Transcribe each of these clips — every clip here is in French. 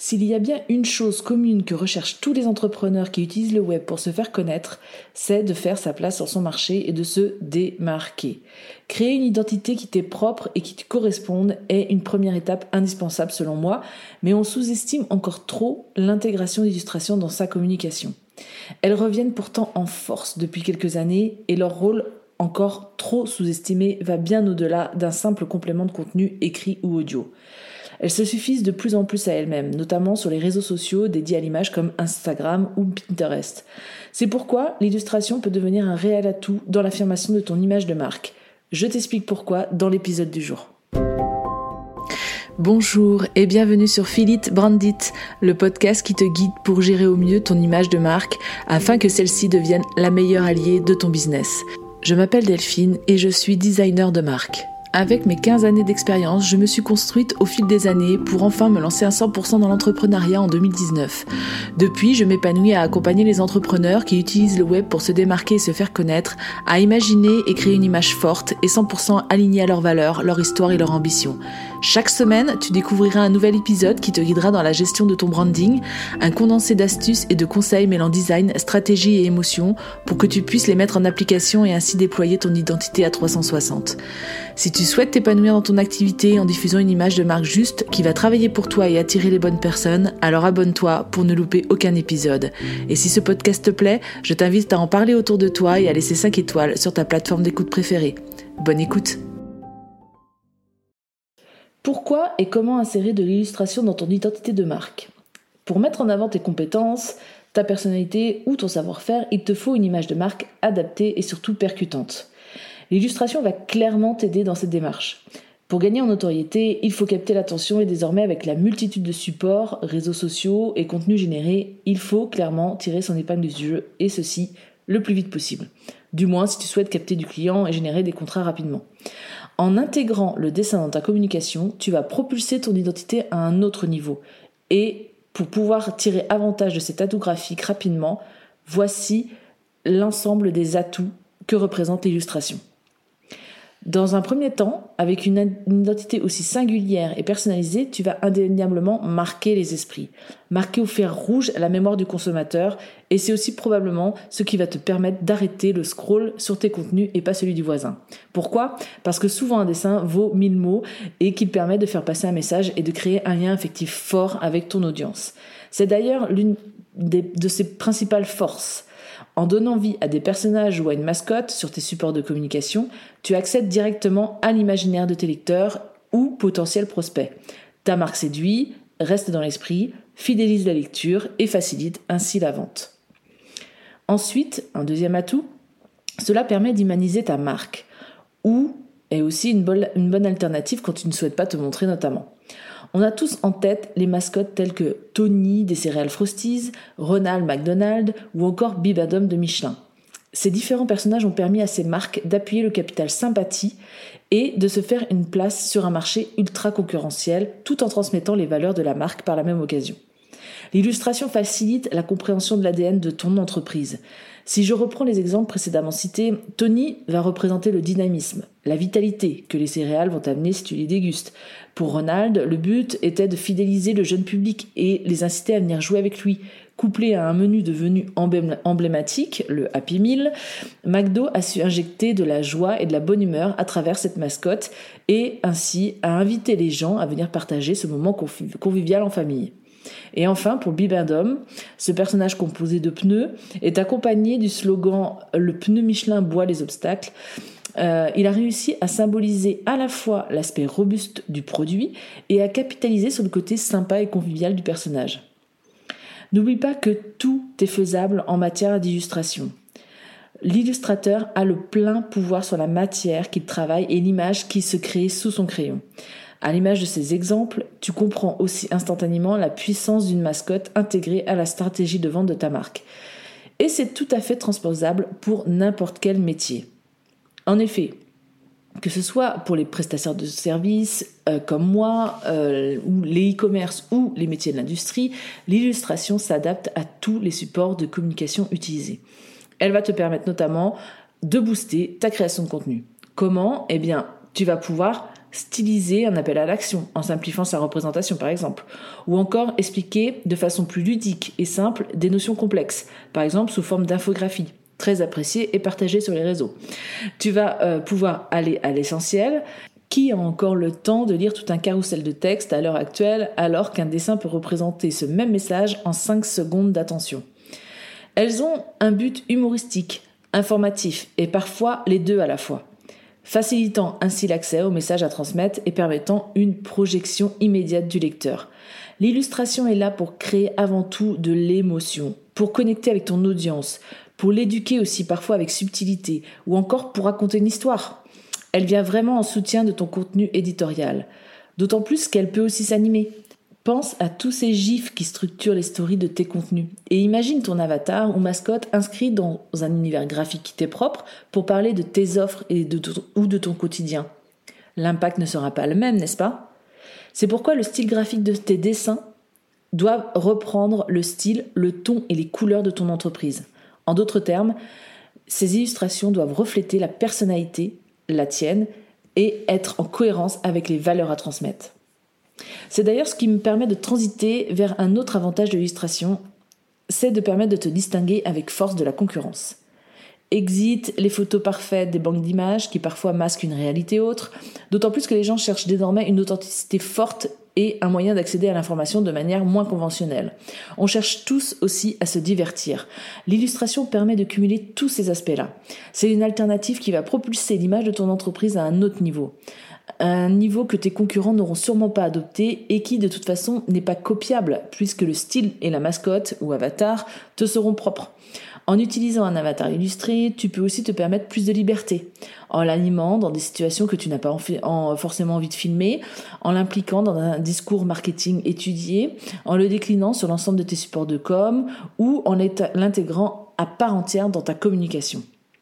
S'il y a bien une chose commune que recherchent tous les entrepreneurs qui utilisent le web pour se faire connaître, c'est de faire sa place sur son marché et de se démarquer. Créer une identité qui t'est propre et qui te corresponde est une première étape indispensable selon moi, mais on sous-estime encore trop l'intégration d'illustrations dans sa communication. Elles reviennent pourtant en force depuis quelques années et leur rôle, encore trop sous-estimé, va bien au-delà d'un simple complément de contenu écrit ou audio. Elles se suffisent de plus en plus à elles-mêmes, notamment sur les réseaux sociaux dédiés à l'image comme Instagram ou Pinterest. C'est pourquoi l'illustration peut devenir un réel atout dans l'affirmation de ton image de marque. Je t'explique pourquoi dans l'épisode du jour. Bonjour et bienvenue sur Feel It, Brand It, le podcast qui te guide pour gérer au mieux ton image de marque afin que celle-ci devienne la meilleure alliée de ton business. Je m'appelle Delphine et je suis designer de marque. Avec mes 15 années d'expérience, je me suis construite au fil des années pour enfin me lancer à 100% dans l'entrepreneuriat en 2019. Depuis, je m'épanouis à accompagner les entrepreneurs qui utilisent le web pour se démarquer et se faire connaître, à imaginer et créer une image forte et 100% alignée à leurs valeurs, leur histoire et leur ambition. Chaque semaine, tu découvriras un nouvel épisode qui te guidera dans la gestion de ton branding, un condensé d'astuces et de conseils mêlant design, stratégie et émotion pour que tu puisses les mettre en application et ainsi déployer ton identité à 360. Si tu souhaites t'épanouir dans ton activité en diffusant une image de marque juste qui va travailler pour toi et attirer les bonnes personnes, alors abonne-toi pour ne louper aucun épisode. Et si ce podcast te plaît, je t'invite à en parler autour de toi et à laisser 5 étoiles sur ta plateforme d'écoute préférée. Bonne écoute! Pourquoi et comment insérer de l'illustration dans ton identité de marque ? Pour mettre en avant tes compétences, ta personnalité ou ton savoir-faire, il te faut une image de marque adaptée et surtout percutante. L'illustration va clairement t'aider dans cette démarche. Pour gagner en notoriété, il faut capter l'attention et désormais avec la multitude de supports, réseaux sociaux et contenus générés, il faut clairement tirer son épingle du jeu et ceci le plus vite possible. Du moins si tu souhaites capter du client et générer des contrats rapidement. En intégrant le dessin dans ta communication, tu vas propulser ton identité à un autre niveau. Et pour pouvoir tirer avantage de cet atout graphique rapidement, voici l'ensemble des atouts que représente l'illustration. Dans un premier temps, avec une identité aussi singulière et personnalisée, tu vas indéniablement marquer les esprits, marquer au fer rouge la mémoire du consommateur, et c'est aussi probablement ce qui va te permettre d'arrêter le scroll sur tes contenus et pas celui du voisin. Pourquoi ? Parce que souvent un dessin vaut 1000 mots et qu'il permet de faire passer un message et de créer un lien affectif fort avec ton audience. C'est d'ailleurs l'une de ses principales forces. En donnant vie à des personnages ou à une mascotte sur tes supports de communication, tu accèdes directement à l'imaginaire de tes lecteurs ou potentiels prospects. Ta marque séduit, reste dans l'esprit, fidélise la lecture et facilite ainsi la vente. Ensuite, un deuxième atout, cela permet d'humaniser ta marque ou est aussi une bonne alternative quand tu ne souhaites pas te montrer notamment. On a tous en tête les mascottes telles que Tony des céréales Frosties, Ronald McDonald ou encore Bibendum de Michelin. Ces différents personnages ont permis à ces marques d'appuyer le capital sympathie et de se faire une place sur un marché ultra concurrentiel tout en transmettant les valeurs de la marque par la même occasion. L'illustration facilite la compréhension de l'ADN de ton entreprise. Si je reprends les exemples précédemment cités, Tony va représenter le dynamisme, la vitalité que les céréales vont amener si tu les dégustes. Pour Ronald, le but était de fidéliser le jeune public et les inciter à venir jouer avec lui. Couplé à un menu devenu emblématique, le Happy Meal, McDo a su injecter de la joie et de la bonne humeur à travers cette mascotte et ainsi à inviter les gens à venir partager ce moment convivial en famille. Et enfin, pour Bibendum, ce personnage composé de pneus est accompagné du slogan « Le pneu Michelin boit les obstacles ». Il a réussi à symboliser à la fois l'aspect robuste du produit et à capitaliser sur le côté sympa et convivial du personnage. N'oublie pas que tout est faisable en matière d'illustration. L'illustrateur a le plein pouvoir sur la matière qu'il travaille et l'image qui se crée sous son crayon. À l'image de ces exemples, tu comprends aussi instantanément la puissance d'une mascotte intégrée à la stratégie de vente de ta marque. Et c'est tout à fait transposable pour n'importe quel métier. En effet, que ce soit pour les prestataires de services comme moi, ou les e-commerce ou les métiers de l'industrie, l'illustration s'adapte à tous les supports de communication utilisés. Elle va te permettre notamment de booster ta création de contenu. Comment ? Eh bien, tu vas pouvoir styliser un appel à l'action en simplifiant sa représentation par exemple, ou encore expliquer de façon plus ludique et simple des notions complexes, par exemple sous forme d'infographie, très appréciée et partagée sur les réseaux. Tu vas pouvoir aller à l'essentiel. Qui a encore le temps de lire tout un carrousel de texte à l'heure actuelle alors qu'un dessin peut représenter ce même message en 5 secondes d'attention? Elles ont un but humoristique, informatif et parfois les deux à la fois, facilitant ainsi l'accès au message à transmettre et permettant une projection immédiate du lecteur. L'illustration est là pour créer avant tout de l'émotion, pour connecter avec ton audience, pour l'éduquer aussi parfois avec subtilité ou encore pour raconter une histoire. Elle vient vraiment en soutien de ton contenu éditorial. D'autant plus qu'elle peut aussi s'animer. Pense à tous ces gifs qui structurent les stories de tes contenus. Et imagine ton avatar ou mascotte inscrit dans un univers graphique qui t'est propre pour parler de tes offres ou de ton quotidien. L'impact ne sera pas le même, n'est-ce pas? C'est pourquoi le style graphique de tes dessins doit reprendre le style, le ton et les couleurs de ton entreprise. En d'autres termes, ces illustrations doivent refléter la personnalité, la tienne, et être en cohérence avec les valeurs à transmettre. C'est d'ailleurs ce qui me permet de transiter vers un autre avantage de l'illustration, c'est de permettre de te distinguer avec force de la concurrence. Exit les photos parfaites des banques d'images qui parfois masquent une réalité autre, d'autant plus que les gens cherchent désormais une authenticité forte et un moyen d'accéder à l'information de manière moins conventionnelle. On cherche tous aussi à se divertir. L'illustration permet de cumuler tous ces aspects-là. C'est une alternative qui va propulser l'image de ton entreprise à un autre niveau. Un niveau que tes concurrents n'auront sûrement pas adopté et qui de toute façon n'est pas copiable puisque le style et la mascotte ou avatar te seront propres. En utilisant un avatar illustré, tu peux aussi te permettre plus de liberté, en l'animant dans des situations que tu n'as pas forcément envie de filmer, en l'impliquant dans un discours marketing étudié, en le déclinant sur l'ensemble de tes supports de com ou en l'intégrant à part entière dans ta communication.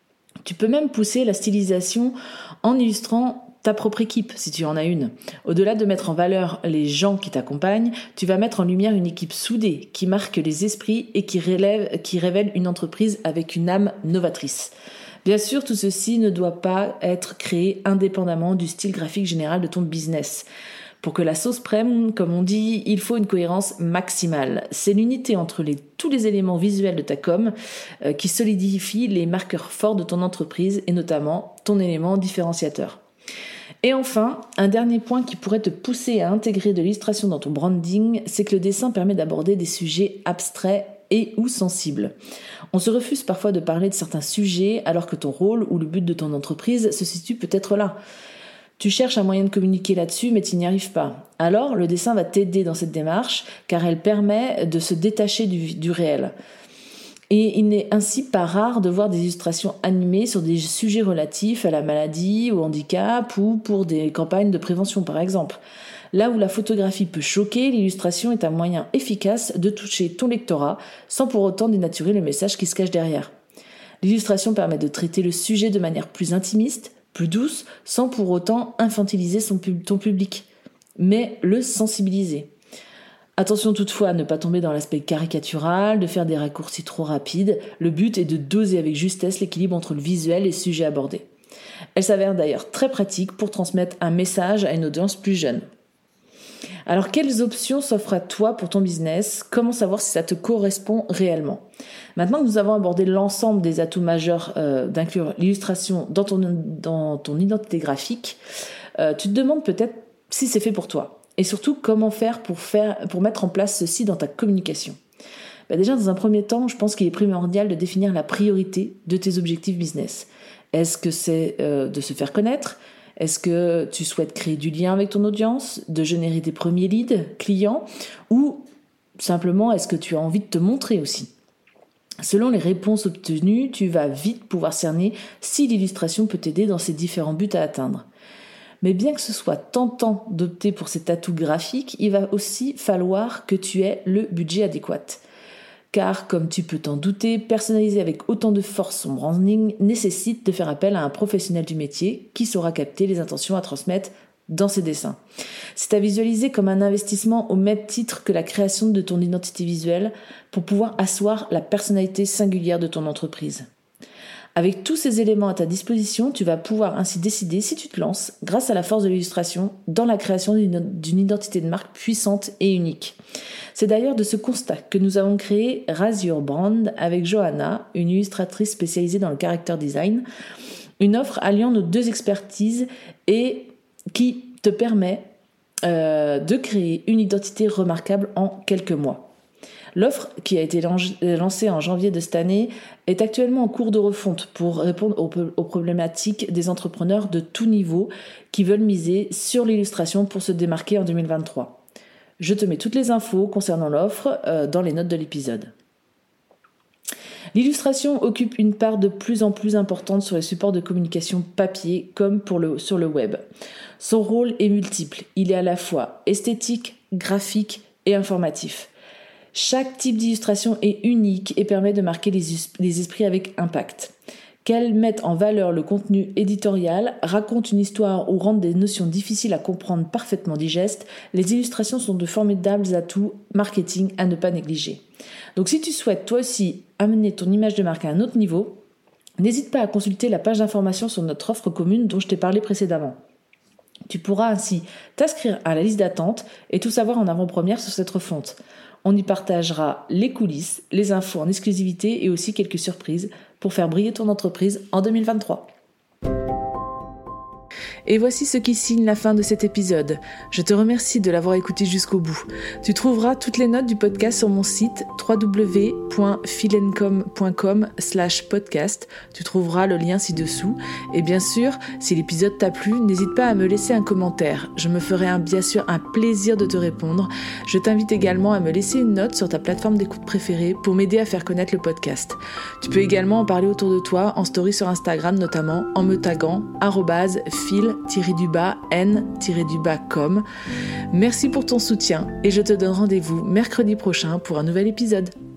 Tu peux même pousser la stylisation en illustrant ta propre équipe, si tu en as une. Au-delà de mettre en valeur les gens qui t'accompagnent, tu vas mettre en lumière une équipe soudée, qui marque les esprits et qui révèle une entreprise avec une âme novatrice. Bien sûr, tout ceci ne doit pas être créé indépendamment du style graphique général de ton business. Pour que la sauce prenne, comme on dit, il faut une cohérence maximale. C'est l'unité entre tous les éléments visuels de ta com qui solidifie les marqueurs forts de ton entreprise et notamment ton élément différenciateur. Et enfin, un dernier point qui pourrait te pousser à intégrer de l'illustration dans ton branding, c'est que le dessin permet d'aborder des sujets abstraits et ou sensibles. On se refuse parfois de parler de certains sujets alors que ton rôle ou le but de ton entreprise se situe peut-être là. Tu cherches un moyen de communiquer là-dessus mais tu n'y arrives pas. Alors le dessin va t'aider dans cette démarche car elle permet de se détacher du réel. Et il n'est ainsi pas rare de voir des illustrations animées sur des sujets relatifs à la maladie, au handicap ou pour des campagnes de prévention par exemple. Là où la photographie peut choquer, l'illustration est un moyen efficace de toucher ton lectorat sans pour autant dénaturer le message qui se cache derrière. L'illustration permet de traiter le sujet de manière plus intimiste, plus douce, sans pour autant infantiliser ton public, mais le sensibiliser. Attention toutefois à ne pas tomber dans l'aspect caricatural, de faire des raccourcis trop rapides. Le but est de doser avec justesse l'équilibre entre le visuel et le sujet abordé. Elle s'avère d'ailleurs très pratique pour transmettre un message à une audience plus jeune. Alors, quelles options s'offrent à toi pour ton business? Comment savoir si ça te correspond réellement? Maintenant que nous avons abordé l'ensemble des atouts majeurs d'inclure l'illustration dans ton identité graphique, tu te demandes peut-être si c'est fait pour toi. Et surtout, comment faire pour mettre en place ceci dans ta communication? Déjà, dans un premier temps, je pense qu'il est primordial de définir la priorité de tes objectifs business. Est-ce que c'est de se faire connaître? Est-ce que tu souhaites créer du lien avec ton audience, de générer des premiers leads, clients? Ou simplement, est-ce que tu as envie de te montrer aussi? Selon les réponses obtenues, tu vas vite pouvoir cerner si l'illustration peut t'aider dans ces différents buts à atteindre. Mais bien que ce soit tentant d'opter pour cet atout graphique, il va aussi falloir que tu aies le budget adéquat. Car, comme tu peux t'en douter, personnaliser avec autant de force son branding nécessite de faire appel à un professionnel du métier qui saura capter les intentions à transmettre dans ses dessins. C'est à visualiser comme un investissement au même titre que la création de ton identité visuelle pour pouvoir asseoir la personnalité singulière de ton entreprise. Avec tous ces éléments à ta disposition, tu vas pouvoir ainsi décider si tu te lances, grâce à la force de l'illustration, dans la création d'une identité de marque puissante et unique. C'est d'ailleurs de ce constat que nous avons créé Raise Your Brand avec Johanna, une illustratrice spécialisée dans le character design, une offre alliant nos deux expertises et qui te permet de créer une identité remarquable en quelques mois. L'offre, qui a été lancée en janvier de cette année, est actuellement en cours de refonte pour répondre aux problématiques des entrepreneurs de tout niveau qui veulent miser sur l'illustration pour se démarquer en 2023. Je te mets toutes les infos concernant l'offre dans les notes de l'épisode. L'illustration occupe une part de plus en plus importante sur les supports de communication papier comme sur le web. Son rôle est multiple. Il est à la fois esthétique, graphique et informatif. Chaque type d'illustration est unique et permet de marquer les esprits avec impact. Qu'elles mettent en valeur le contenu éditorial, racontent une histoire ou rendent des notions difficiles à comprendre parfaitement digestes, les illustrations sont de formidables atouts marketing à ne pas négliger. Donc si tu souhaites toi aussi amener ton image de marque à un autre niveau, n'hésite pas à consulter la page d'information sur notre offre commune dont je t'ai parlé précédemment. Tu pourras ainsi t'inscrire à la liste d'attente et tout savoir en avant-première sur cette refonte. On y partagera les coulisses, les infos en exclusivité et aussi quelques surprises pour faire briller ton entreprise en 2023. Et voici ce qui signe la fin de cet épisode. Je te remercie de l'avoir écouté jusqu'au bout. Tu trouveras toutes les notes du podcast sur mon site www.philencom.com/podcast. Tu trouveras le lien ci-dessous. Et bien sûr, si l'épisode t'a plu, n'hésite pas à me laisser un commentaire. Je me ferai bien sûr un plaisir de te répondre. Je t'invite également à me laisser une note sur ta plateforme d'écoute préférée pour m'aider à faire connaître le podcast. Tu peux également en parler autour de toi, en story sur Instagram notamment, en me taguant @phil_n_com. Merci pour ton soutien et je te donne rendez-vous mercredi prochain pour un nouvel épisode.